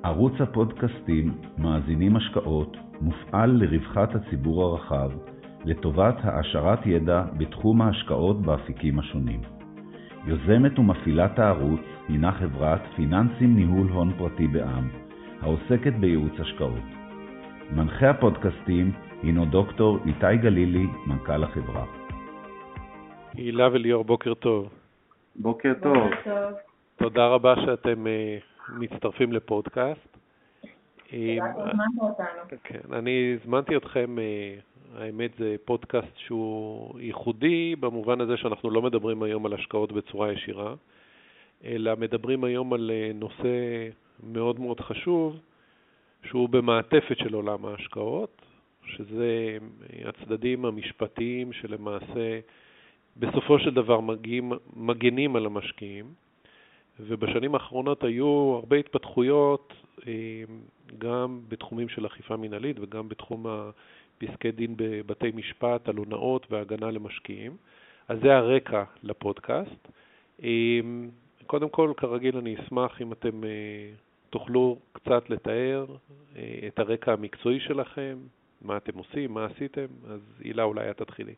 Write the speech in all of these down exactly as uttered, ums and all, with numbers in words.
ערוץ הפודקאסטים מאזינים השקעות מופעל לרווחת הציבור הרחב, לטובת העשרת ידע בתחום ההשקעות באפיקים השונים. יוזמת ומפעילת הערוץ הינה חברת פיננסים ניהול הון פרטי בע"מ, העוסקת בייעוץ השקעות. מנחה הפודקאסטים הינו דוקטור איתי גלילי, מנכ"ל החברה. הילה וליאור, בוקר טוב. בוקר טוב. בוקר טוב. תודה רבה שאתם uh, מצטרפים לפודקאסט. תודה שהזמנת אותנו. כן, אני הזמנתי אתכם, uh, האמת זה פודקאסט שהוא ייחודי, במובן הזה שאנחנו לא מדברים היום על השקעות בצורה ישירה, אלא מדברים היום על uh, נושא מאוד מאוד חשוב, שהוא במעטפת של עולם ההשקעות, שזה הצדדים המשפטיים שלמעשה בסופו של דבר מגיעים, מגנים על המשקיעים, ובשנים האחרונות היו הרבה התפתחויות, גם בתחומים של אכיפה מנהלית וגם בתחום פסקי דין בבתי משפט על הונאות והגנה למשקיעים. אז זה הרקע לפודקאסט. קודם כל, כרגיל, אני אשמח אם אתם תוכלו קצת לתאר את הרקע המקצועי שלכם, מה אתם עושים, מה עשיתם. אז הילה, אולי את תתחילי.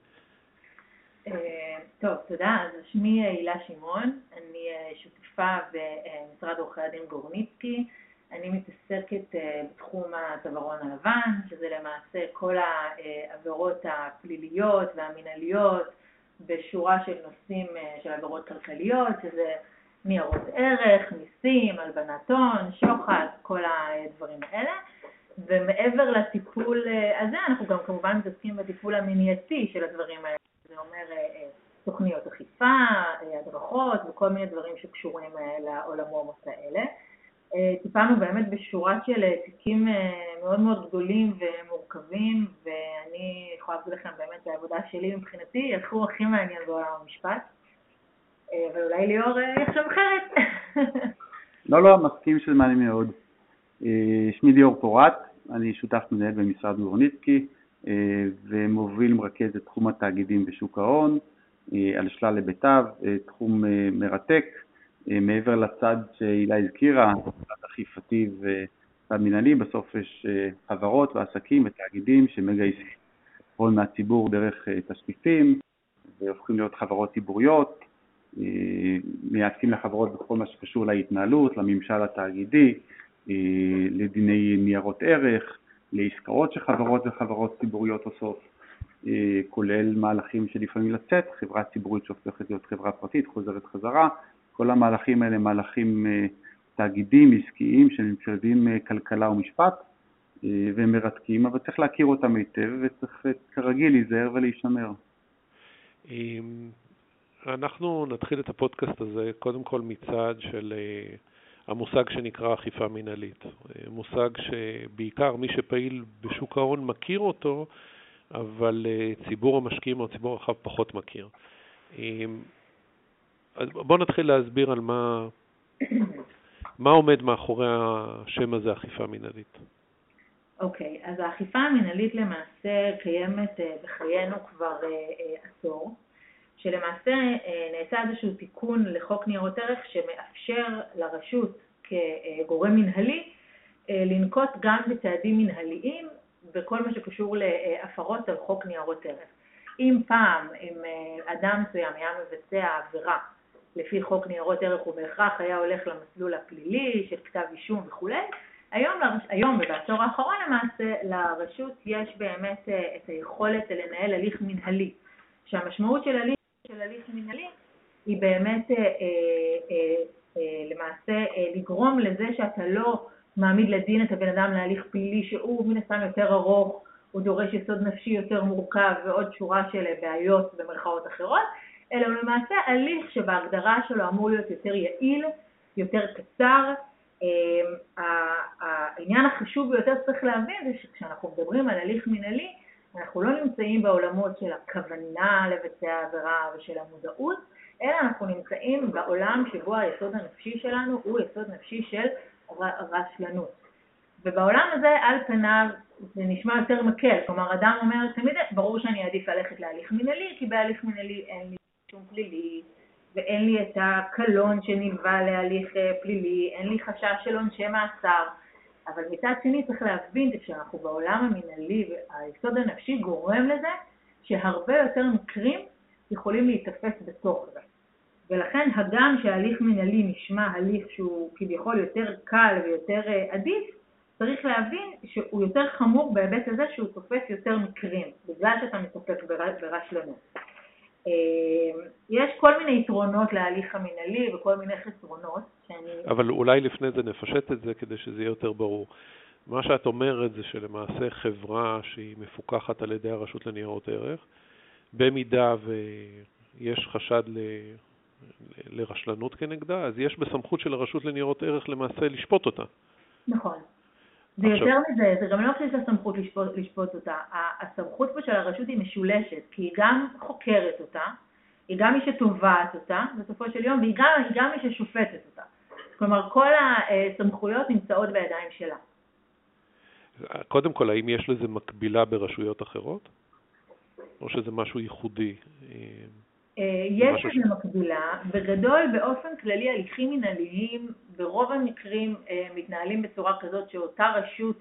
טוב, תודה. אז שמי הילה שמעון, אני שותפה במשרד עורכי הדין גורניצקי. אני מתעסקת בתחום הצווארון הלבן, שזה למעשה כל העבירות הפליליות והמנהליות בשורה של נושאים של עבירות כלכליות, שזה ניירות ערך, מיסים, הלבנת הון, שוחד, כל הדברים האלה. ומעבר לטיפול הזה, אנחנו גם כמובן מתעסקים בטיפול המניעתי של הדברים האלה. זה אומר תוכניות אכיפה, הדרכות וכל מיני דברים שקשורים לעולמות האלה. טיפלנו באמת בשורה של תיקים מאוד מאוד גדולים ומורכבים, ואני יכולה להגיד לכם באמת העבודה שלי מבחינתי, התחום הכי מעניין בעולם המשפט. ואולי ליאור יחשוב אחרת. לא, לא, מסכים שזה מעניין מאוד. שמי ליאור פורט, אני שותף מנהל במשרד גורניצקי, ומוביל מרכז את תחום התאגידים בשוק ההון, על שלל היבטיו, תחום מרתק, מעבר לצד שהילה הזכירה, צד אכיפתי וצד מנהלי, בסוף יש חברות ועסקים ותאגידים שמגייסים הון מהציבור דרך תשקיפים, והופכים להיות חברות ציבוריות, מייעצים לחברות בכל מה שקשור להתנהלות, לממשל התאגידי, לדיני ניירות ערך, לעסקאות שחברות וחברות ציבוריות עושות, כולל מהלכים שלפעמים לצאת, חברה ציבורית שהופכת להיות חברה פרטית, חוזרת חזרה, כל המהלכים האלה מהלכים תאגידים, עסקיים, שמשלבים כלכלה ומשפט, והם מרתקים, אבל צריך להכיר אותם היטב, וצריך כרגיל להיזהר ולהישמר. אנחנו נתחיל את הפודקאסט הזה קודם כל מצד של המושג שנקרא אכיפה מנהלית. מושג שבעיקר מי שפעיל בשוק ההון מכיר אותו, אבל ציבור המשקיעים או ציבור הרחב פחות מכיר. בואו נתחיל להסביר על מה, מה עומד מאחורי השם הזה, אכיפה מנהלית. אוקיי, okay, אז האכיפה המנהלית למעשה קיימת בחיינו כבר עשור, שלמעשה נעשה איזשהו תיקון לחוק ניירות ערך שמאפשר לרשות כגורם מנהלי לנקוט גם בצעדים מנהליים בכל מה שקשור להפרות על חוק ניירות ערך. אם פעם, אם אדם מסוים היה מבצע עבירה לפי חוק ניירות ערך הוא בהכרח היה הולך למסלול הפלילי של כתב אישום וכו', היום, היום ובעשור האחרון למעשה לרשות יש באמת את היכולת לנהל הליך מנהלי, שהמשמעות של הליך של הליך מנהלי היא באמת אה, אה, אה, למעשה אה, לגרום לזה שאתה לא מעמיד לדין את הבן אדם להליך פלילי שהוא מן הסתם יותר ארוך, הוא דורש יסוד נפשי יותר מורכב ועוד שורה של בעיות במרכאות אחרות, אלא הוא למעשה הליך שבהגדרה שלו אמור להיות יותר יעיל, יותר קצר. אה, העניין החשוב ביותר צריך להבין זה שכשאנחנו מדברים על הליך מנהלי, אנחנו לא נמצאים בעולמות של הכוונה לבצע עבירה ושל המודעות, אלא אנחנו נמצאים בעולם שבו היסוד הנפשי שלנו הוא יסוד נפשי של רשלנות. ובעולם הזה על פניו זה נשמע יותר מקל, כלומר אדם אומר תמיד ברור שאני אעדיף ללכת להליך מנהלי, כי בהליך מנהלי אין לי שום פלילי, ואין לי את הקלון שנלווה להליך פלילי, אין לי חשש של עונשי מאסר, אבל מצד שני צריך להבין שכשאנחנו בעולם המנהלי, היסוד הנפשי גורם לזה שהרבה יותר מקרים יכולים להתאפס בתוך זה. ולכן הגם שההליך מנהלי נשמע הליך שהוא כביכול יותר קל ויותר עדיף, צריך להבין שהוא יותר חמור בהיבט הזה שהוא תופס יותר מקרים, בגלל שאתה מתופס ברשלנות. יש כל מיני יתרונות להליך המנהלי וכל מיני חסרונות. שאני... אבל אולי לפני זה נפשט את זה כדי שזה יהיה יותר ברור. מה שאת אומרת זה שלמעשה חברה שהיא מפוקחת על ידי הרשות לניירות ערך, במידה ויש חשד ל... לרשלנות כנגדה, אז יש בסמכות של הרשות לניירות ערך למעשה לשפוט אותה. נכון. זה יותר מזה, זה גם לא שיש לה סמכות לשפוט, לשפוט אותה. הסמכות פה של הרשות היא משולשת, כי היא גם חוקרת אותה, היא גם מי שתובעת אותה בסופו של יום, והיא גם, גם מי ששופטת אותה. כלומר, כל הסמכויות נמצאות בידיים שלה. קודם כל, האם יש לזה מקבילה ברשויות אחרות? או שזה משהו ייחודי? יש לזה מקבילה. בגדול, באופן כללי, הליכים מנהליים ברוב המקרים מתנהלים בצורה כזאת שאותה רשות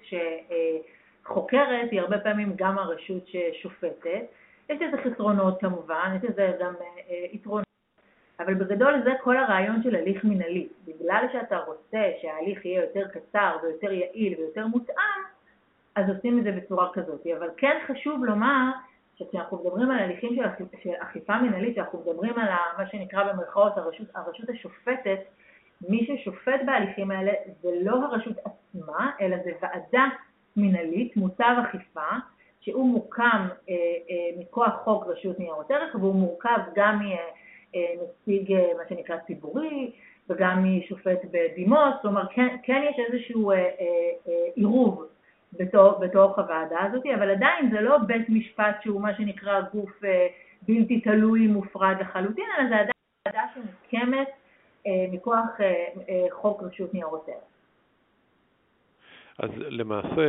שחוקרת היא הרבה פעמים גם הרשות ששופטת. יש לזה חסרונות כמובן, יש לזה גם יתרונות, אבל בגדול זה כל הרעיון של הליך מנהלי. בגלל שאתה רוצה שההליך יהיה יותר קצר ויותר יעיל ויותר מותאם, אז עושים את זה בצורה כזאת. אבל כן חשוב לומר שכשאנחנו מדברים על הליכים של, אכיפה, של אכיפה מנהלית, שאנחנו מדברים על מה שנקרא במרכאות הרשות, הרשות השופטת, מי ששופט בהליכים האלה זה לא הרשות עצמה, אלא זה ועדה מנהלית, מוצב אכיפה, שהוא מוקם אה, אה, מכוח חוק רשות ניירות ערך, והוא מורכב גם מנציג אה, מה שנקרא ציבורי, וגם משופט בדימוס, כלומר כן, כן יש איזשהו אה, אה, אה, עירוב בתוך, בתוך הוועדה הזאת, אבל עדיין זה לא בית משפט שהוא מה שנקרא גוף אה, בלתי תלוי מופרד לחלוטין, אלא זה עדיין ועדה שמוקמת אה, מכוח אה, אה, חוק רשות ניירות ערך. אז למעשה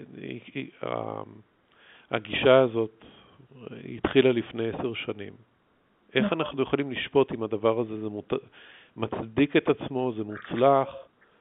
הגישה הזאת התחילה לפני עשר שנים. איך אנחנו יכולים לשפוט אם הדבר הזה זה מות... מצדיק את עצמו, זה מוצלח?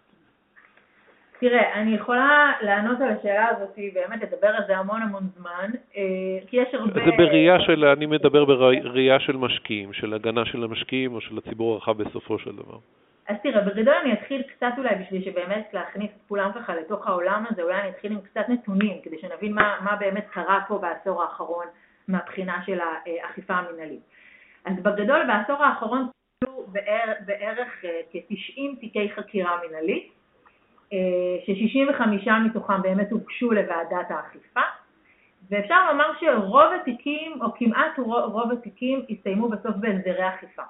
תראה, אני יכולה לענות על השאלה הזאת, באמת לדבר על זה המון המון זמן, כי יש הרבה... זה בראייה של, אני מדבר בראייה של משקיעים, של הגנה של המשקיעים או של הציבור הרחב בסופו של דבר. אז תראה, בגדול אני אתחיל קצת אולי בשביל שבאמת להכניס את כולם ככה לתוך העולם הזה, אולי אני אתחיל עם קצת נתונים, כדי שנבין מה, מה באמת קרה פה בעשור האחרון מהבחינה של האכיפה המנהלית. אז בגדול בעשור האחרון היו בערך, בערך כ-תשעים תיקי חקירה מנהלית, ש-שישים וחמישה מתוכם באמת הוגשו לוועדת האכיפה, ואפשר לומר שרוב התיקים, או כמעט רוב התיקים, הסתיימו בסוף בהסדרי אכיפה.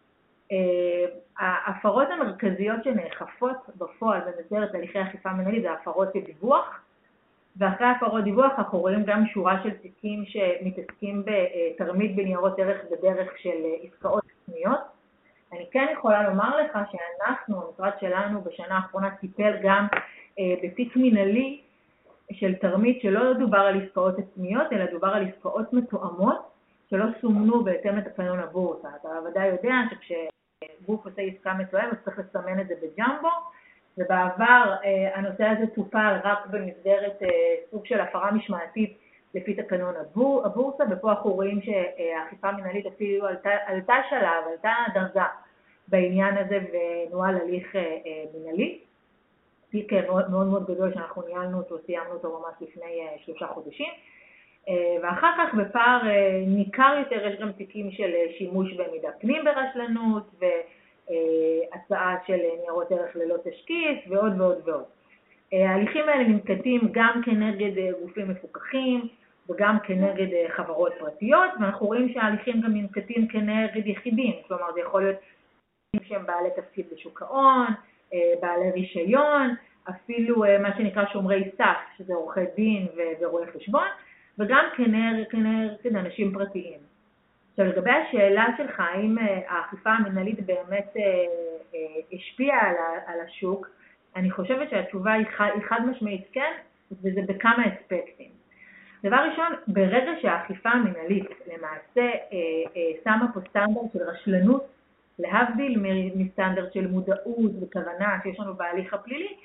ההפרות המרכזיות שנאכפות בפועל במסגרת הליכי אכיפה מנהלית זה הפרות של דיווח, ואחרי הפרות דיווח אנחנו רואים גם שורה של תיקים שמתעסקים בתרמית בניירות ערך בדרך של עסקאות קניות. אני כן יכולה לומר לך שאנחנו, המשרד שלנו בשנה האחרונה טיפל גם בתיק מנהלי של תרמית שלא דובר על עסקאות עצמיות, אלא דובר על עסקאות מתואמות שלא סומנו בהתאם לתקנון הבורסה. אתה ודאי יודע שכשגוף עושה עסקה מתואמת צריך לסמן את זה בג'מבו, ובעבר הנושא הזה טופל רק במסגרת סוג של הפרה משמעתית לפי תקנון הבורסה, ופה אנחנו רואים שהאכיפה מנהלית אפילו עלתה, עלתה שלב, עלתה דרגה בעניין הזה ונוהל הליך מנהלי. תיק מאוד מאוד מאוד גדול שאנחנו ניהלנו אותו, סיימנו אותו ממש לפני שלושה חודשים. ואחר כך בפער ניכר יותר יש גם תיקים של שימוש במידע פנים ברשלנות והצעה של ניירות ערך ללא תשקיף ועוד ועוד ועוד. ההליכים האלה ננקטים גם כנגד גופים מפוקחים וגם כנגד חברות פרטיות, ואנחנו רואים שההליכים גם ננקטים כנגד יחידים, כלומר זה יכול להיות שהם בעלי תפקיד בשוק ההון, בעלי רישיון, אפילו מה שנקרא שומרי סף, שזה עורכי דין ורואי חשבון, וגם כנגד אנשים פרטיים. עכשיו לגבי השאלה שלך, האם האכיפה המנהלית באמת השפיעה על השוק, אני חושבת שהתשובה היא חד משמעית כן, וזה בכמה אספקטים. דבר ראשון, ברגע שהאכיפה המנהלית למעשה שמה פה סטנדרט של רשלנות, להבדיל מסטנדרט של מודעות וכוונה שיש לנו בהליך הפלילי,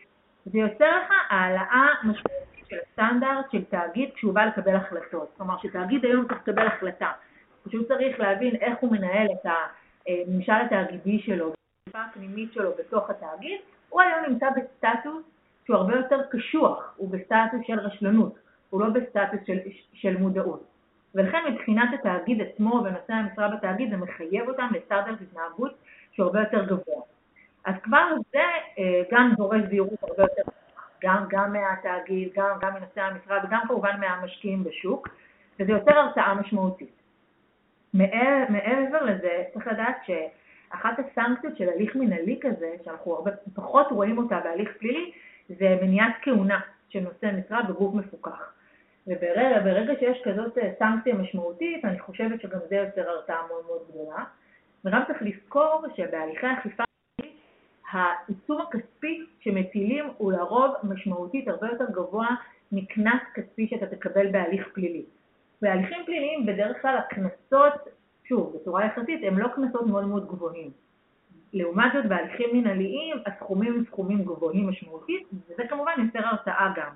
זה יוצר לך העלאה משמעותית של הסטנדרט של תאגיד כשהוא בא לקבל החלטות. כלומר, שתאגיד היום צריך לקבל החלטה. פשוט צריך להבין איך הוא מנהל את הממשל התאגידי שלו, את הפנימית שלו בתוך התאגיד. הוא היום נמצא בסטטוס שהוא הרבה יותר קשוח, הוא בסטטוס של רשלנות, הוא לא בסטטוס של, של מודעות. ולכן מבחינת התאגיד עצמו ונושא המשרה בתאגיד זה מחייב אותם לסטנדרט התנהגות שהוא הרבה יותר גבוה. אז כבר זה גם דורש זהירות הרבה יותר, גם, גם מהתאגיד, גם, גם מנושא המשרה וגם כמובן מהמשקיעים בשוק, וזה יוצר הרתעה משמעותית. מעבר לזה צריך לדעת שאחת הסנקציות של הליך מנהלי כזה, שאנחנו הרבה פחות רואים אותה בהליך פלילי, זה מניעת כהונה של נושא משרה בגוף מפוקח. וברגע ברגע שיש כזאת סנקציה משמעותית, אני חושבת שגם זה יוצר הרתעה מאוד מאוד גדולה. וגם צריך לזכור שבהליכי אכיפה העיצום הכספי שמטילים הוא לרוב משמעותית הרבה יותר גבוה מקנס כספי שאתה תקבל בהליך פלילי. בהליכים פליליים בדרך כלל הקנסות, שוב, בצורה יחסית, הם לא קנסות מאוד מאוד גבוהים. לעומת זאת, בהליכים מנהליים, הסכומים הם סכומים גבוהים משמעותית, וזה כמובן יוצר הרתעה גם.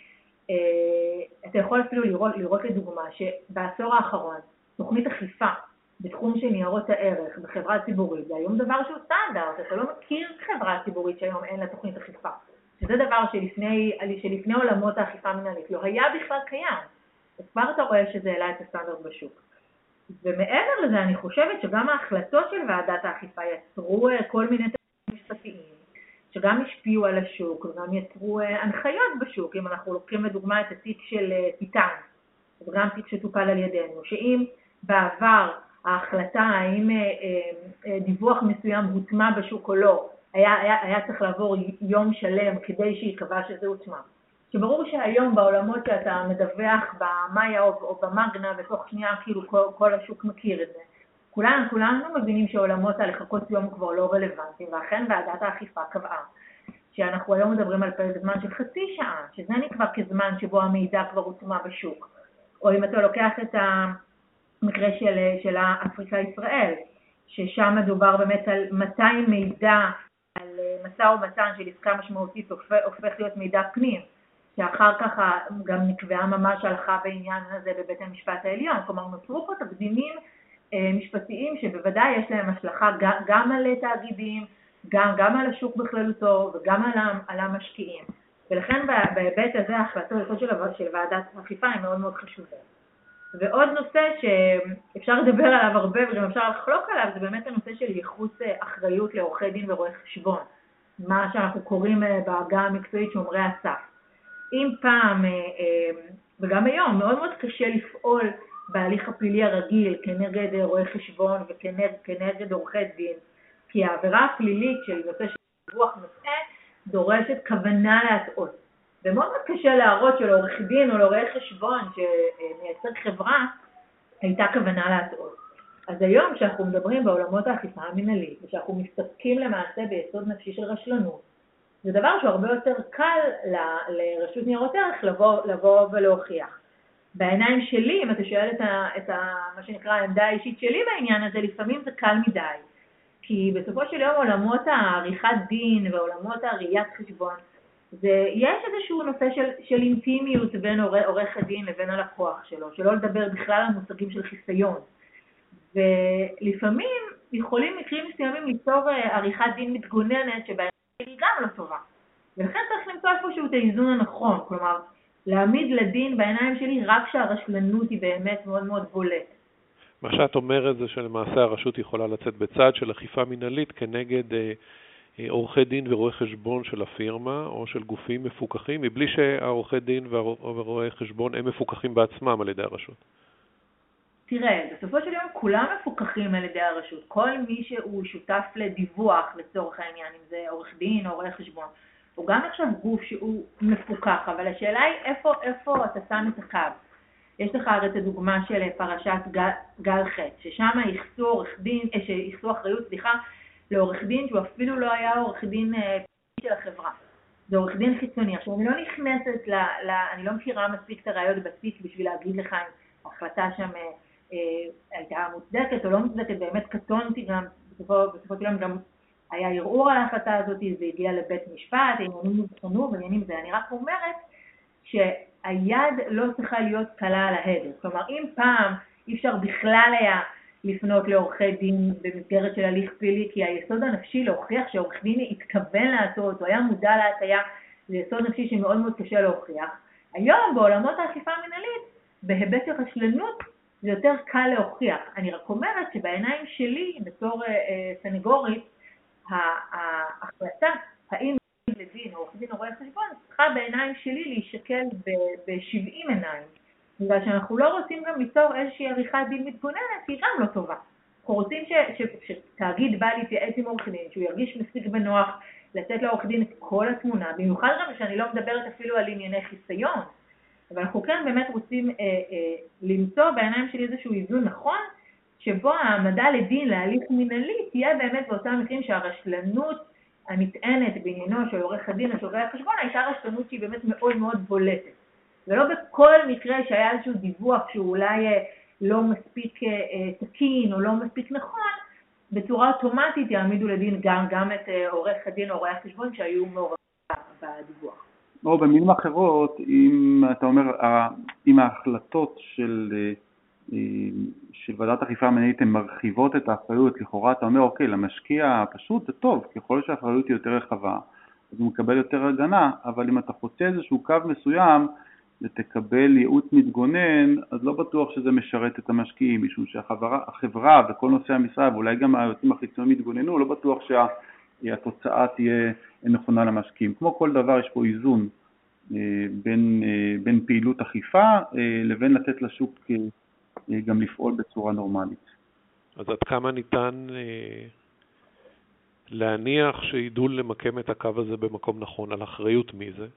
אתה יכול אפילו לראות, לראות לדוגמה שבעשור האחרון, תוכנית אכיפה בתחום של ניירות הערך בחברה ציבורית, זה היום דבר שהוא סטנדרט, אתה לא מכיר חברה ציבורית שהיום אין לה תוכנית אכיפה. שזה דבר שלפני, שלפני עולמות האכיפה מנהלית לא היה בכלל קיים. אז כבר אתה רואה שזה העלה את הסטנדרט בשוק. ומעבר לזה אני חושבת שגם ההחלטות של ועדת האכיפה יצרו כל מיני תהליכים משפטיים, שגם השפיעו על השוק וגם יצרו הנחיות בשוק. אם אנחנו לוקחים לדוגמה את התיק של טיטן, זה גם תיק שטופל על ידינו, שאם בעבר ההחלטה האם דיווח מסוים הוטמע בשוק או לא, היה, היה, היה צריך לעבור יום שלם כדי שיקבע שזה הוטמע. שברור שהיום בעולמות שאתה מדווח במאיה או, או במגנה, בתוך שנייה כאילו כל, כל השוק מכיר את זה. כולנו, כולנו מבינים שעולמות הלחכות יום כבר לא רלוונטיים, ואכן ועדת האכיפה קבעה שאנחנו היום מדברים על פרק זמן של חצי שעה, שזה נקבע כזמן שבו המידע כבר הוטמע בשוק. או אם אתה לוקח את המקרה של, של אפריקה ישראל, ששם מדובר באמת על מתי מידע, על מסע ומתן של עסקה משמעותית הופך, הופך להיות מידע פנים, שאחר כך גם נקבעה ממש הלכה בעניין הזה בבית המשפט העליון. כלומר, נוצרו פה תקדימים משפטיים שבוודאי יש להם השלכה גם על תאגידים, גם, גם על השוק בכללותו וגם על, על המשקיעים. ולכן בהיבט הזה ההחלטות של, של ועדת האכיפה הן מאוד מאוד חשובות. ועוד נושא שאפשר לדבר עליו הרבה וגם אפשר לחלוק עליו, זה באמת הנושא של ייחוס אחריות לעורכי דין ורואי חשבון, מה שאנחנו קוראים בעגה המקצועית שומרי הסף. אם פעם, וגם היום, מאוד מאוד קשה לפעול בהליך הפלילי הרגיל כנגד רואי חשבון וכנגד עורכי דין, כי העבירה הפלילית של נושא של דיווח מטעה דורשת כוונה להטעות. ומאוד מאוד קשה להראות שלעורך דין או לעורך חשבון שמייצר חברה הייתה כוונה להטעות. אז היום שאנחנו מדברים בעולמות האכיפה המנהלית, ושאנחנו מסתפקים למעשה ביסוד נפשי של רשלנות, זה דבר שהוא הרבה יותר קל לרשות ניירות ערך לבוא, לבוא ולהוכיח. בעיניים שלי, אם אתה שואל את, ה, את ה, מה שנקרא העמדה האישית שלי בעניין הזה, לפעמים זה קל מדי. כי בסופו של יום עולמות העריכת דין ועולמות הראיית חשבון, זה, יש איזשהו נושא של, של אינטימיות בין עורך הדין לבין הלקוח שלו, שלא לדבר בכלל על מושגים של חיסיון. ולפעמים יכולים מקרים מסוימים ליצור עריכת דין מתגוננת שבעיניים היא גם לא טובה. ולכן צריך למצוא איפשהו את האיזון הנכון, כלומר, להעמיד לדין בעיניים שלי רק שהרשלנות היא באמת מאוד מאוד בולט. מה שאת אומרת זה שלמעשה הרשות יכולה לצאת בצד של אכיפה מנהלית כנגד אה, אה, עורכי דין ורואי חשבון של הפירמה או של גופים מפוקחים, מבלי שהעורכי דין ורואי חשבון הם מפוקחים בעצמם על ידי הרשות. תראה, בסופו של יום כולם מפוקחים על ידי הרשות. כל מי שהוא שותף לדיווח לצורך העניין, אם זה עורך דין או רואה חשבון, הוא גם עכשיו גוף שהוא מפוקח, אבל השאלה היא איפה, איפה אתה שם את הקו. יש לך הרי את הדוגמה של פרשת גל, גל חט, ששם ייחסו עורך דין, שייחסו אחריות, סליחה, לעורך דין שהוא אפילו לא היה עורך דין של החברה. זה עורך דין חיצוני. עכשיו, אני לא נכנסת, ל, ל, אני לא מכירה מספיק את הראיות בתיק בשביל להגיד לך אם ההחלטה שם אה, הייתה מוצדקת או לא מוצדקת, באמת קטונתי גם, בסופו, בסופו של יום גם היה ערעור על ההחלטה הזאת, זה הגיע לבית משפט, העניינים נבחנו, בעניינים זה. אני רק אומרת שהיד לא צריכה להיות קלה על ההדק. כלומר, אם פעם אי אפשר בכלל היה לפנות לעורכי דין במסגרת של הליך פלילי, כי היסוד הנפשי להוכיח שעורך דין התכוון לעשות, או היה מודע להטיה, זה יסוד נפשי שמאוד מאוד קשה להוכיח. היום בעולמות האכיפה המנהלית, בהיבט של רשלנות, זה יותר קל להוכיח. אני רק אומרת שבעיניים שלי, בתור אה, סנגורית, ההחלטה, האם לדין או עורך דין או רואה חשבון, צריכה בעיניים שלי להישקל ב-שבעים עיניים. בגלל שאנחנו לא רוצים גם ליצור איזושהי עריכת דין מתגוננת, היא גם לא טובה. אנחנו רוצים ש- ש- שתאגיד בא להתייעץ עם עורך דין, שהוא ירגיש מספיק בנוח לתת לעורך דין את כל התמונה, במיוחד גם שאני לא מדברת אפילו על ענייני חיסיון, אבל אנחנו כן באמת רוצים אה, אה, למצוא בעיניים שלי איזשהו איזון נכון, שבו העמדה לדין להליך מנהלי תהיה באמת באותם מקרים שהרשלנות הנטענת בעניינו של עורך הדין או של רואה החשבון הייתה רשלנות שהיא באמת מאוד מאוד בולטת. ולא בכל מקרה שהיה איזשהו דיווח שהוא אולי לא מספיק תקין או לא מספיק נכון, בצורה אוטומטית יעמידו לדין גם, גם את עורך הדין או רואה החשבון שהיו מעורבים בדיווח. או במילים אחרות, אם אתה אומר, אם ההחלטות של, של ועדת אכיפה מנהלית הן מרחיבות את האחריות, לכאורה אתה אומר, אוקיי, למשקיע הפשוט זה טוב, ככל שהאחריות היא יותר רחבה, אז הוא מקבל יותר הגנה, אבל אם אתה חוצה איזשהו קו מסוים, ותקבל ייעוץ מתגונן, אז לא בטוח שזה משרת את המשקיעים, משום שהחברה החברה וכל נושא המשרה, ואולי גם היועצים החיצוניים מתגוננו, לא בטוח שהתוצאה תהיה נכונה למשקיעים. כמו כל דבר יש פה איזון בין, בין פעילות אכיפה לבין לתת לשוק גם לפעול בצורה נורמלית. אז עד כמה ניתן להניח שידעו למקם את הקו הזה במקום נכון, על אחריות מי זה?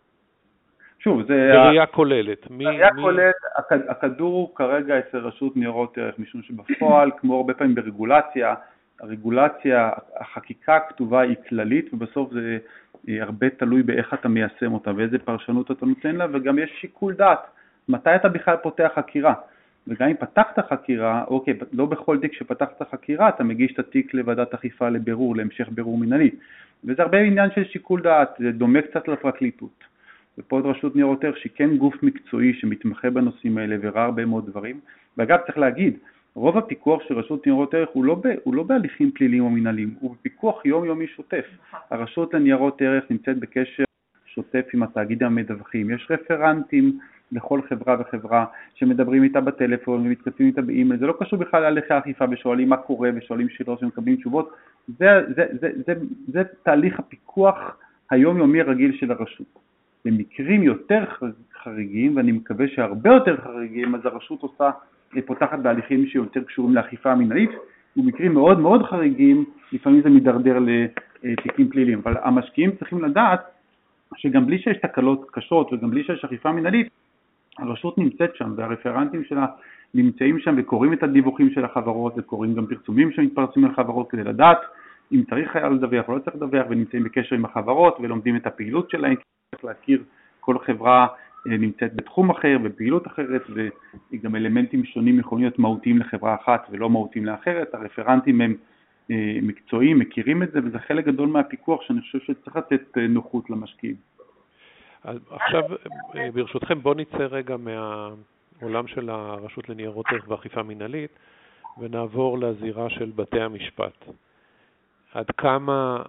שוב, זה... בראייה כוללת. מי, בראייה מי... כוללת, הכדור הוא כרגע אצל רשות ניירות ערך, משום שבפועל, כמו הרבה פעמים ברגולציה, הרגולציה, החקיקה הכתובה היא כללית, ובסוף זה הרבה תלוי באיך אתה מיישם אותה, ואיזה פרשנות אתה נותן לה, וגם יש שיקול דעת. מתי אתה בכלל פותח חקירה? וגם אם פתחת חקירה, אוקיי, לא בכל תיק שפתחת חקירה, אתה מגיש את התיק לוועדת אכיפה לבירור, להמשך בירור מנהלי. וזה הרבה עניין של שיקול דעת, זה דומה קצת לפרקליטות. ופה עוד רשות ניירות ערך שהיא כן גוף מקצועי שמתמחה בנושאים האלה וראה הרבה מאוד דברים. ואגב, צריך להגיד, רוב הפיקוח של רשות ניירות ערך הוא לא, ב, הוא לא בהליכים פליליים או מנהליים, הוא בפיקוח יומיומי שוטף. הרשות לניירות ערך נמצאת בקשר שוטף עם התאגידים המדווחים. יש רפרנטים לכל חברה וחברה שמדברים איתה בטלפון ומתכתבים איתה באימייל. זה לא קשור בכלל להליכי האכיפה ושואלים מה קורה ושואלים שאלות שמקבלים תשובות. זה, זה, זה, זה, זה, זה תהליך הפיקוח היומיומי הרגיל של הרשות. במקרים יותר חריגים, ואני מקווה שהרבה יותר חריגים, אז הרשות עושה, פותחת בהליכים שיותר קשורים לאכיפה המנהלית, ובמקרים מאוד מאוד חריגים, לפעמים זה מדרדר לתיקים פליליים. אבל המשקיעים צריכים לדעת שגם בלי שיש תקלות קשות וגם בלי שיש אכיפה מנהלית, הרשות נמצאת שם, והרפרנטים שלה נמצאים שם וקוראים את הדיווחים של החברות, וקוראים גם פרסומים שמתפרסמים על חברות כדי לדעת אם צריך היה לדווח או לא צריך לדווח, ונמצאים בקשר עם החברות ולומדים את הפעילות שלהם. צריך להכיר, כל חברה נמצאת בתחום אחר, בפעילות אחרת, וגם אלמנטים שונים יכולים להיות מהותיים לחברה אחת ולא מהותיים לאחרת. הרפרנטים הם מקצועיים, מכירים את זה, וזה חלק גדול מהפיקוח שאני חושב שצריך לתת נוחות למשקיעים. עכשיו, ברשותכם, בואו נצא רגע מהעולם של הרשות לניירות ערך ואכיפה מנהלית, ונעבור לזירה של בתי המשפט. עד כמה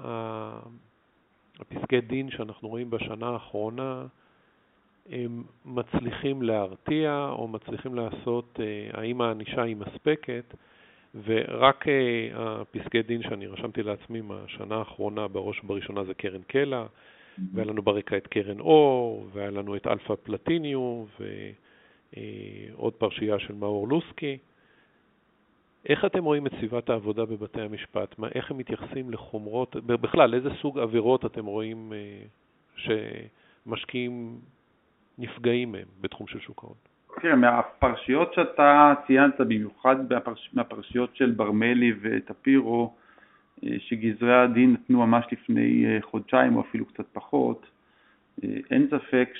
הפסקי דין שאנחנו רואים בשנה האחרונה הם מצליחים להרתיע או מצליחים לעשות, האם הענישה היא מספקת, ורק הפסקי דין שאני רשמתי לעצמי מהשנה האחרונה בראש ובראשונה זה קרן קלה, והיה לנו ברקע את קרן אור, והיה לנו את אלפא פלטיניום, ועוד פרשייה של מאור לוסקי. איך אתם רואים את סביבת העבודה בבתי המשפט? מה, איך הם מתייחסים לחומרות? בכלל, איזה סוג עבירות אתם רואים שמשקיעים נפגעים מהם בתחום של שוק ההון? תראה, מהפרשיות שאתה ציינת, במיוחד מהפרשיות של ברמלי וטפירו, שגזרי הדין נתנו ממש לפני חודשיים או אפילו קצת פחות, אין ספק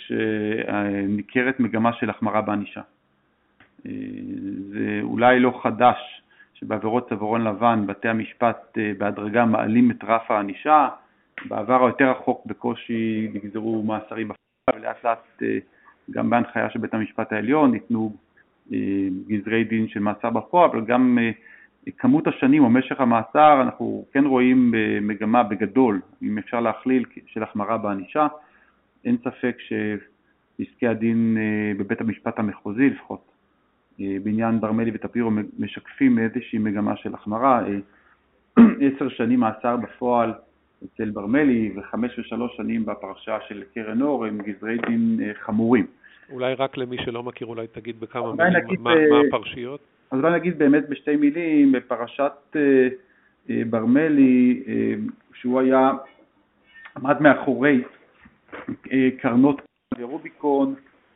שניכרת מגמה של החמרה בענישה. זה אולי לא חדש שבעבירות צווארון לבן בתי המשפט בהדרגה מעלים את רף הענישה. בעבר היותר רחוק בקושי נגזרו מאסרים בפועל, ולאט לאט גם בהנחיה של בית המשפט העליון ניתנו גזרי דין של מאסר בפועל, אבל גם כמות השנים או משך המאסר אנחנו כן רואים מגמה בגדול, אם אפשר להכליל, של החמרה בענישה. אין ספק שפסקי הדין בבית המשפט המחוזי לפחות בעניין ברמלי וטפירו משקפים איזושהי מגמה של החמרה. עשר שנים מאסר בפועל אצל ברמלי וחמש ושלוש שנים בפרשה של קרן אור הם גזרי דין חמורים. אולי רק למי שלא מכיר, אולי תגיד בכמה מילים נגיד, מה, מה הפרשיות? אז אולי נגיד באמת בשתי מילים, בפרשת ברמלי, שהוא היה, עמד מאחורי קרנות ורוביקון,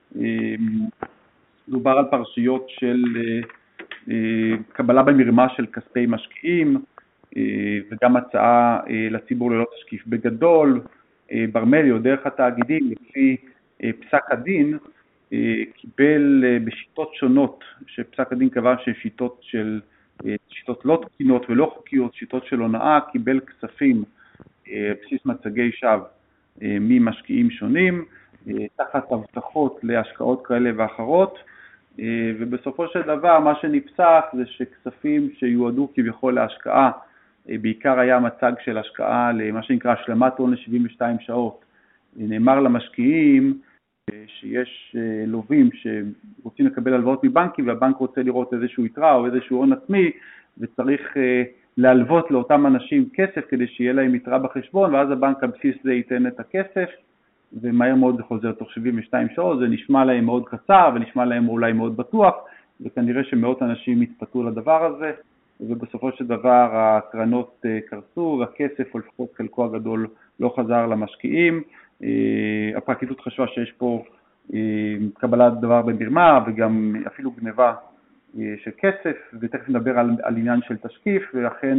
דובר על פרשיות של קבלה במרמה של כספי משקיעים, וגם הצעה לציבור ללא תשקיף. בגדול, ברמלי או דרך התאגידים, לפי פסק הדין, קיבל בשיטות שונות, שפסק הדין קבע ששיטות של, שיטות לא תקינות ולא חוקיות, שיטות של הונאה, קיבל כספים בסיס מצגי שווא ממשקיעים שונים, תחת הבטחות להשקעות כאלה ואחרות, ובסופו של דבר מה שנפסק זה שכספים שיועדו כביכול להשקעה, בעיקר היה מצג של השקעה למה שנקרא השלמת הון ל-שבעים ושתיים שעות. נאמר למשקיעים שיש לווים שרוצים לקבל הלוואות מבנקים, והבנק רוצה לראות איזשהו יתרה או איזשהו הון עצמי, וצריך להלוות לאותם אנשים כסף כדי שיהיה להם יתרה בחשבון, ואז הבנק על בסיס זה ייתן את הכסף, ומהר מאוד זה חוזר תוך שבעים ושתיים שעות. זה נשמע להם מאוד קצר ונשמע להם אולי מאוד בטוח, וכנראה שמאות אנשים התפתו לדבר הזה, ובסופו של דבר הקרנות קרסו והכסף או לפחות חלקו הגדול לא חזר למשקיעים. הפרקליטות חשבה שיש פה קבלת דבר במרמה וגם אפילו גניבה של כסף, ותכף נדבר על, על עניין של תשקיף, ולכן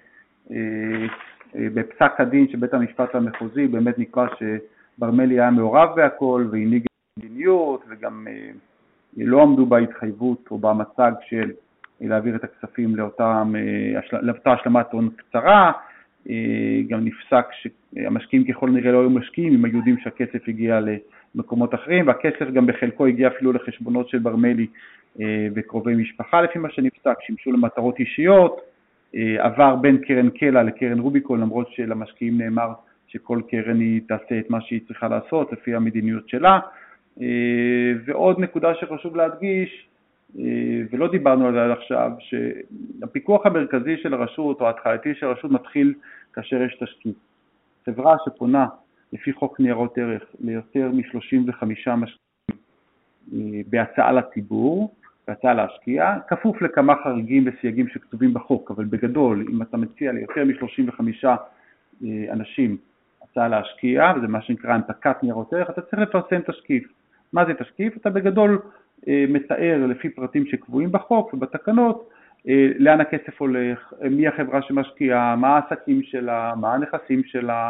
בפסק הדין של בית המשפט המחוזי באמת נקבע שברמלי היה מעורב בהכל והנהיג מדיניות, וגם לא עמדו בהתחייבות או במצג של להעביר את הכספים לאותה, לאותה השלמת הון קצרה. גם נפסק שהמשקיעים ככל נראה לא היו משקיעים, אם היו יודעים שהכסף הגיע למקומות אחרים, והכסף גם בחלקו הגיע אפילו לחשבונות של ברמלי וקרובי משפחה, לפי מה שנפסק, שימשו למטרות אישיות, עבר בין קרן קלה לקרן רוביקון, למרות שלמשקיעים נאמר שכל קרן היא תעשה את מה שהיא צריכה לעשות לפי המדיניות שלה. ועוד נקודה שחשוב להדגיש, ולא דיברנו על זה עד עכשיו, שהפיקוח המרכזי של הרשות או ההתחלתי של הרשות מתחיל כאשר יש תשקיף. חברה שפונה לפי חוק ניירות ערך ליותר מ-שלושים וחמישה משקיעים בהצעה לציבור, בהצעה להשקיע, כפוף לכמה חריגים וסייגים שכתובים בחוק, אבל בגדול, אם אתה מציע ליותר מ-שלושים וחמישה אנשים הצעה להשקיע, וזה מה שנקרא הנפקת ניירות ערך, אתה צריך לפרסם תשקיף. מה זה תשקיף? אתה בגדול מתאר לפי פרטים שקבועים בחוק ובתקנות, לאן הכסף הולך, מי החברה שמשקיעה, מה העסקים שלה, מה הנכסים שלה,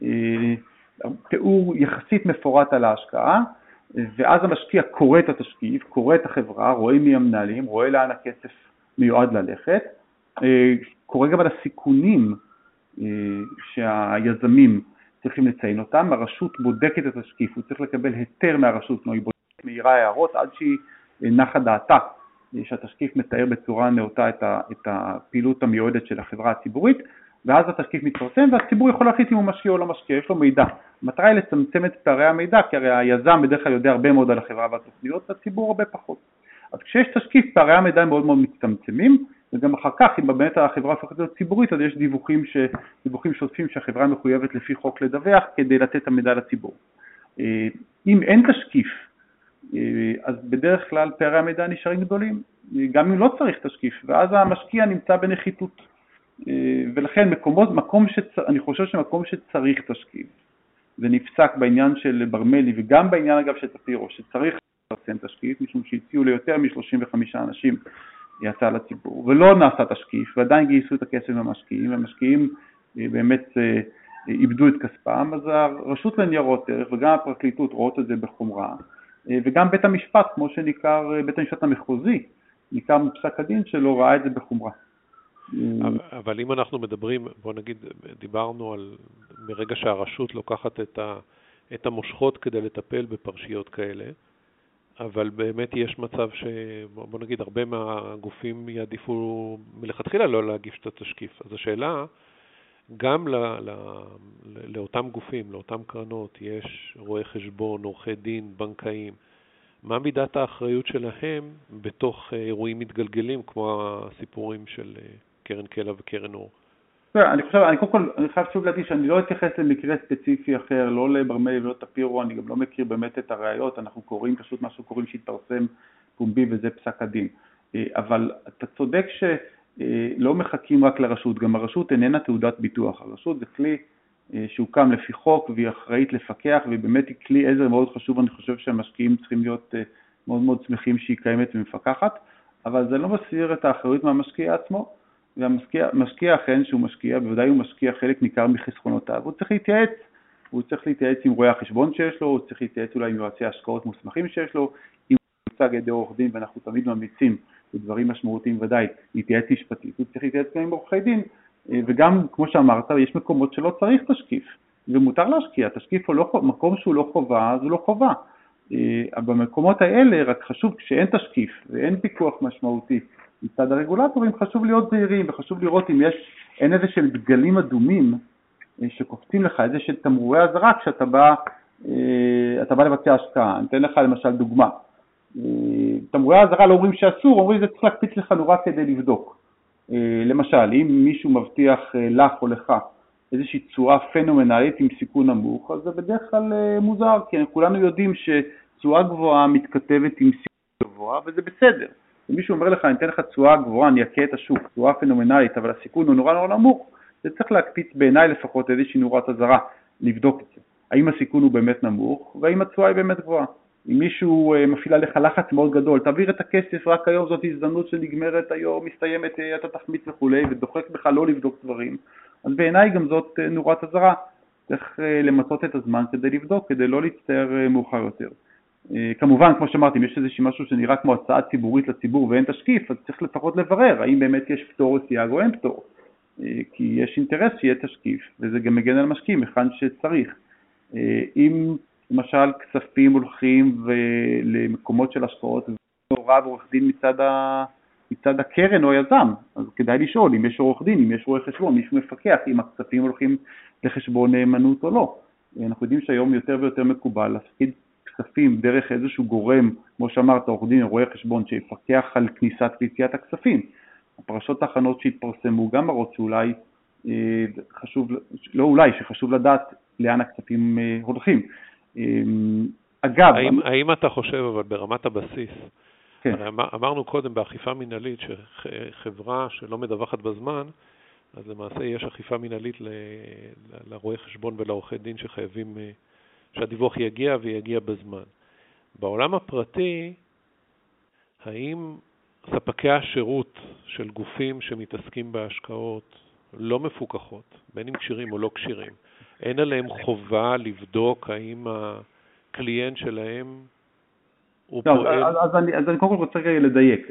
תיאור יחסית מפורט על ההשקעה, ואז המשקיע קורא את התשקיף, קורא את החברה, רואה מי המנהלים, רואה לאן הכסף מיועד ללכת, קורא גם על הסיכונים שהיזמים צריכים לציין אותם. הרשות בודקת את התשקיף, הוא צריך לקבל היתר מהרשות, היא בודקת מהירה הערות עד שהיא נחה דעתה, שהתשקיף מתאר בצורה נאותה את, ה, את הפעילות המיועדת של החברה הציבורית, ואז התשקיף מתפרסם והציבור יכול להחליט אם הוא משקיע או לא משקיע, יש לו מידע. המטרה היא לצמצם את פערי המידע, כי הרי היזם בדרך כלל יודע הרבה מאוד על החברה והתוכניות, והציבור הרבה פחות. אז כשיש תשקיף, פערי המידע מאוד מאוד מצטמצמים, וגם אחר כך, אם באמת החברה הופכת להיות ציבורית, אז יש דיווחים, ש... דיווחים שוטפים שהחברה מחויבת לפי חוק לדווח כדי לתת את המידע לציבור. אם אין תשקיף, אז בדרך כלל פערי המידע נשארים גדולים, גם אם לא צריך תשקיף, ואז המשקיע נמצא בנחיתות. ולכן מקומות, מקום שצ... אני חושב שמקום שצריך תשקיף, ונפסק בעניין של ברמלי, וגם בעניין אגב של טפירו, שצריך לפרסם תשקיף, משום שהציעו ליותר מ-שלושים וחמישה אנשים יצא לציבור, ולא נעשה תשקיף, ועדיין גייסו את הכסף מהמשקיעים, והמשקיעים באמת איבדו את כספם. אז הרשות לניירות ערך וגם הפרקליטות רואות את זה בחומרה, וגם בית המשפט, כמו שניכר בית המשפט המחוזי, ניכר מפסק הדין שלו, ראה את זה בחומרה. אבל אם אנחנו מדברים, בוא נגיד, דיברנו על מרגע שהרשות לוקחת את, ה, את המושכות כדי לטפל בפרשיות כאלה, אבל באמת יש מצב שבוא נגיד, הרבה מהגופים יעדיפו מלכתחילה לא להגיש את התשקיף. אז השאלה, גם ל, ל, לאותם גופים, לאותם קרנות, יש רואי חשבון, עורכי דין, בנקאים, מה מידת האחריות שלהם בתוך אירועים מתגלגלים, כמו הסיפורים של קרן קלע וקרן אור? אני חושב, אני קודם כל, אני חייב שוב להגיד שאני לא אתייחס למקרה ספציפי אחר, לא לברמי ולא טפירו, אני גם לא מכיר באמת את הראיות, אנחנו קוראים פשוט משהו קוראים שהתפרסם פומבי וזה פסק הדין. אבל אתה צודק שלא מחכים רק לרשות, גם הרשות איננה תעודת ביטוח, הרשות זה כלי שהוקם לפי חוק והיא אחראית לפקח, ובאמת היא כלי עזר מאוד חשוב, אני חושב שהמשקיעים צריכים להיות מאוד מאוד שמחים שהיא קיימת ומפקחת, אבל זה לא מסיר את האחריות מהמשקיע עצמו, והמשקיע משקיע אכן שהוא משקיע, בוודאי הוא משקיע חלק ניכר מחסכונותיו, הוא צריך להתייעץ, הוא צריך להתייעץ עם רואי החשבון שיש לו, הוא צריך להתייעץ אולי עם יועצי השקעות מוסמכים שיש לו, אם הוא יוצג על ידי עורך דין, ואנחנו תמיד ממליצים בדברים משמעותיים ודאי, להתייעץ משפטית, הוא צריך להתייעץ גם עם עורכי דין, וגם כמו שאמרת, יש מקומות שלא צריך תשקיף, ומותר להשקיע, תשקיף הוא לא, מקום שהוא לא חובה, אז הוא לא חובה. במקומות האלה רק חשוב, כשאין תשקיף ואין פיקוח משמעותי מצד הרגולטורים, חשוב להיות זהירים וחשוב לראות אם יש, אין איזה של דגלים אדומים שקופצים לך, איזה של תמרורי אזהרה כשאתה בא, אתה בא לבצע השקעה. אני אתן לך למשל דוגמה. תמרורי האזהרה לא אומרים שאסור, אומרים זה צריך להקפיץ לך נורא כדי לבדוק. למשל, אם מישהו מבטיח לך או לך איזושהי צורה פנומנלית עם סיכון נמוך, אז זה בדרך כלל מוזר, כי כולנו יודעים שצורה גבוהה מתכתבת עם סיכון גבוה, וזה בסדר. אם מישהו אומר לך, אני אתן לך צורה גבוהה, אני אכה את השוק, צורה פנומנלית, אבל הסיכון הוא נורא נורא נמוך, זה צריך להקפיץ בעיניי לפחות איזושהי נורת אזהרה, לבדוק את זה. האם הסיכון הוא באמת נמוך, והאם הצורה היא באמת גבוהה. אם מישהו מפעיל עליך לחץ מאוד גדול, תעביר את הכסף, רק היום זאת הזדמנות שנגמרת היום, מסתיימת, אתה תחמיץ וכו', ודוחק בך לא לבדוק דברים, אז בעיניי גם זאת נורת אזהרה, צריך למצות את הזמן כדי לבדוק, כדי לא להצטער מאוחר יותר. כמובן, כמו שאמרתי, אם יש איזושהי משהו שנראה כמו הצעה ציבורית לציבור ואין תשקיף, אז צריך לפחות לברר, האם באמת יש פטור או סייג או אין פטור, כי יש אינטרס שיהיה תשקיף, וזה גם מגן על משקיעים, היכן שצריך. אם למשל כספים הולכים למקומות של השקעות, ועורב עורך דין מצד ה... מצד הקרן או היזם, אז כדאי לשאול אם יש עורך דין, אם יש רואה חשבון, מישהו מפקח אם הכספים הולכים לחשבון נאמנות או לא. אנחנו יודעים שהיום יותר ויותר מקובל להפקיד כספים דרך איזשהו גורם, כמו שאמרת, עורך דין או רואה חשבון, שיפקח על כניסת ויציאת הכספים. הפרשות האחרונות שהתפרסמו גם מראות שאולי חשוב, לא אולי, שחשוב לדעת לאן הכספים הולכים. אגב... האם, האם אתה חושב, אבל ברמת הבסיס, כן. אמרנו קודם באכיפה מנהלית שחברה שלא מדווחת בזמן, אז למעשה יש אכיפה מנהלית לרואי חשבון ולעורכי דין שחייבים שהדיווח יגיע ויגיע בזמן. בעולם הפרטי, האם ספקי השירות של גופים שמתעסקים בהשקעות לא מפוקחות, בין אם קשירים או לא קשירים, אין עליהם חובה לבדוק האם הקליינט שלהם הוא לא, פועל? אז, אז, אני, אז אני קודם כל רוצה לדייק.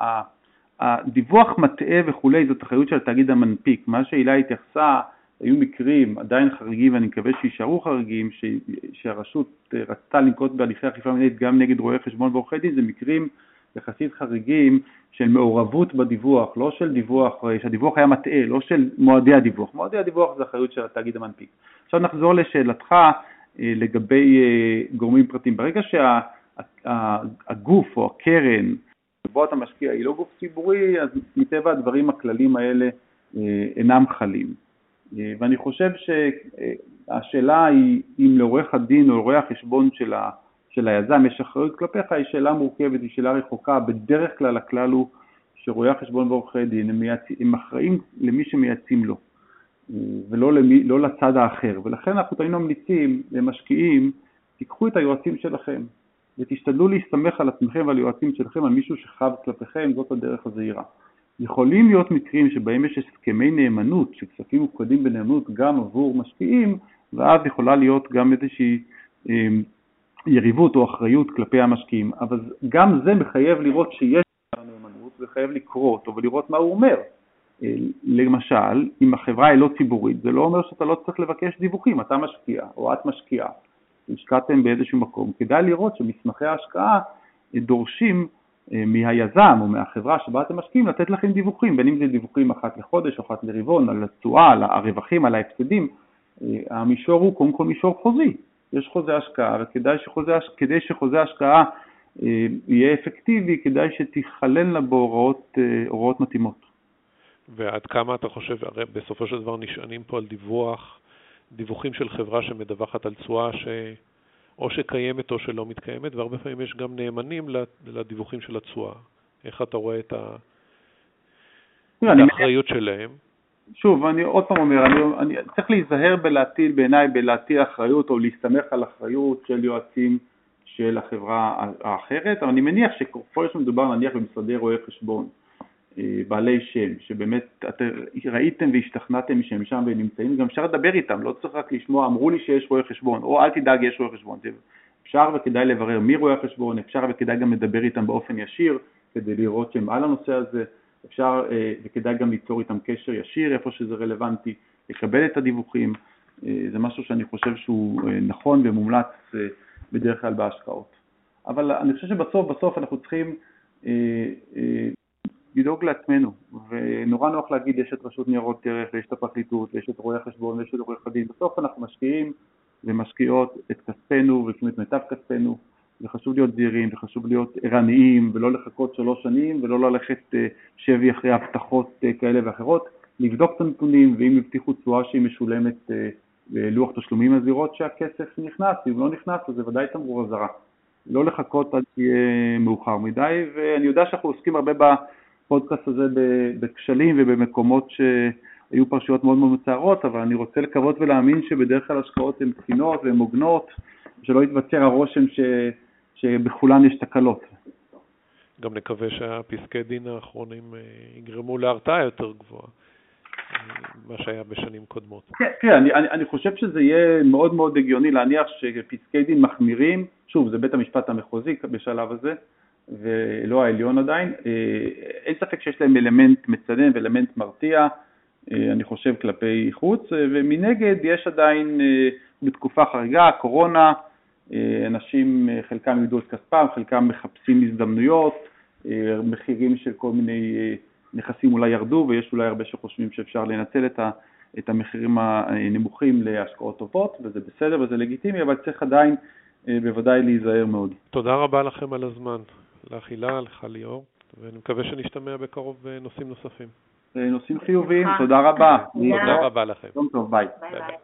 הדיווח מטעה וכולי, זאת אחריות של התאגיד המנפיק. מה שהילה התייחסה, היו מקרים עדיין חריגים, ואני מקווה שישארו חריגים, ש, שהרשות רצתה לנקוט בהליכי אכיפה מנהלית גם נגד רואי חשבון ועורכי דין, זה מקרים יחסית חריגים של מעורבות בדיווח, לא של דיווח, שהדיווח היה מטעה, לא של מועדי הדיווח. מועדי הדיווח זה אחריות של התאגיד המנפיק. עכשיו נחזור לשאלתך לגבי גורמים פרטיים. ברגע שהגוף או הקרן שבו אתה משקיע היא לא גוף ציבורי, אז מטבע הדברים הכללים האלה אינם חלים. ואני חושב שהשאלה היא אם לעורך הדין או לעורך החשבון של ה של היזם יש אחריות כלפיך, היא שאלה מורכבת, היא שאלה רחוקה. בדרך כלל הכלל הוא שרואי החשבון ועורכי דין הם, מייצ... הם אחראים למי שמייעצים לו, ולא למי... לא לצד האחר. ולכן אנחנו תמיד ממליצים למשקיעים, תיקחו את היועצים שלכם, ותשתדלו להסתמך על עצמכם ועל יועצים שלכם, על מישהו שחב כלפיכם, זאת הדרך הזהירה. יכולים להיות מקרים שבהם יש הסכמי נאמנות, שכספים מופקדים בנאמנות גם עבור משקיעים, ואז יכולה להיות גם איזושהי יריבות או אחריות כלפי המשקיעים, אבל גם זה מחייב לראות שיש נאמנות, וחייב לקרוא אותו ולראות מה הוא אומר. למשל, אם החברה היא לא ציבורית, זה לא אומר שאתה לא צריך לבקש דיווחים, אתה משקיע או את משקיעה, השקעתם באיזשהו מקום, כדאי לראות שמסמכי ההשקעה דורשים מהיזם או מהחברה שבה אתם משקיעים לתת לכם דיווחים, בין אם זה דיווחים אחת לחודש או אחת לרבעון, על התשואה, על הרווחים, על ההפסדים. המישור הוא קודם כל מישור חוזי, יש חוזה השקעה, וכדאי שחוזה, כדי שחוזה השקעה יהיה אפקטיבי, כדאי שתיכללנה בו הוראות, הוראות מתאימות. ועד כמה אתה חושב, הרי בסופו של דבר נשענים פה על דיווח, דיווחים של חברה שמדווחת על תשואה ש... או שקיימת או שלא מתקיימת, והרבה פעמים יש גם נאמנים לדיווחים של התשואה. איך אתה רואה את האחריות שלהם? שוב, אני עוד פעם אומר, אני, אני צריך להיזהר בלהטיל, בעיניי, בלהטיל אחריות או להסתמך על אחריות של יועצים של החברה האחרת, אבל אני מניח שכל שמדובר נניח במשרדי רואי חשבון, בעלי שם, שבאמת אתם ראיתם והשתכנעתם שהם שם ונמצאים, גם אפשר לדבר איתם, לא צריך רק לשמוע, אמרו לי שיש רואי חשבון, או אל תדאג, יש רואי חשבון. אפשר וכדאי לברר מי רואי החשבון, אפשר וכדאי גם לדבר איתם באופן ישיר, כדי לראות שהם על הנושא הזה, אפשר וכדאי גם ליצור איתם קשר ישיר, איפה שזה רלוונטי, לקבל את הדיווחים, זה משהו שאני חושב שהוא נכון ומומלץ בדרך כלל בהשקעות. אבל אני חושב שבסוף, בסוף אנחנו צריכים לדאוג לעצמנו, ונורא נוח להגיד, יש את רשות ניירות ערך, יש את הפרקליטות, יש את רואי החשבון, יש את רואי חדין. בסוף אנחנו משקיעים ומשקיעות את כספנו, ולפעמים את מיטב כספנו, וחשוב להיות זהירים, וחשוב להיות ערניים, ולא לחכות שלוש שנים, ולא ללכת שבי אחרי הבטחות כאלה ואחרות, לבדוק את הנתונים, ואם הבטיחו תשואה שהיא משולמת בלוח תשלומים, אז לראות שהכסף נכנס, אם לא נכנס, אז זה ודאי תמרור אזהרה. לא לחכות עד שיהיה מאוחר מדי, ואני יודע שאנחנו עוסקים הרבה בפודקאסט הזה בכשלים ובמקומות שהיו פרשיות מאוד מאוד מצערות, אבל אני רוצה לקוות ולהאמין שבדרך כלל השקעות הן תקינות והן מוגנות, שלא יתבצר הרושם ש... שבכולן יש תקלות. גם נקווה שהפסקי דין האחרונים יגרמו להרתעה יותר גבוהה, מה שהיה בשנים קודמות. כן, כן, אני, אני, אני חושב שזה יהיה מאוד מאוד הגיוני להניח שפסקי דין מחמירים, שוב, זה בית המשפט המחוזי בשלב הזה, ולא העליון עדיין, אין ספק שיש להם אלמנט מצנן ואלמנט מרתיע, אני חושב כלפי חוץ, ומנגד יש עדיין בתקופה חריגה, קורונה, אנשים חלקם ידעו את כספם, חלקם מחפשים הזדמנויות, מחירים של כל מיני נכסים אולי ירדו, ויש אולי הרבה שחושבים שאפשר לנצל את, ה, את המחירים הנמוכים להשקעות טובות, וזה בסדר וזה לגיטימי, אבל צריך עדיין בוודאי להיזהר מאוד. תודה רבה לכם על הזמן, לך הילה, לך ליאור, ואני מקווה שנשתמע בקרוב בנושאים נוספים. נושאים חיוביים, תודה רבה. תודה רבה לכם. יום טוב, ביי. ביי ביי.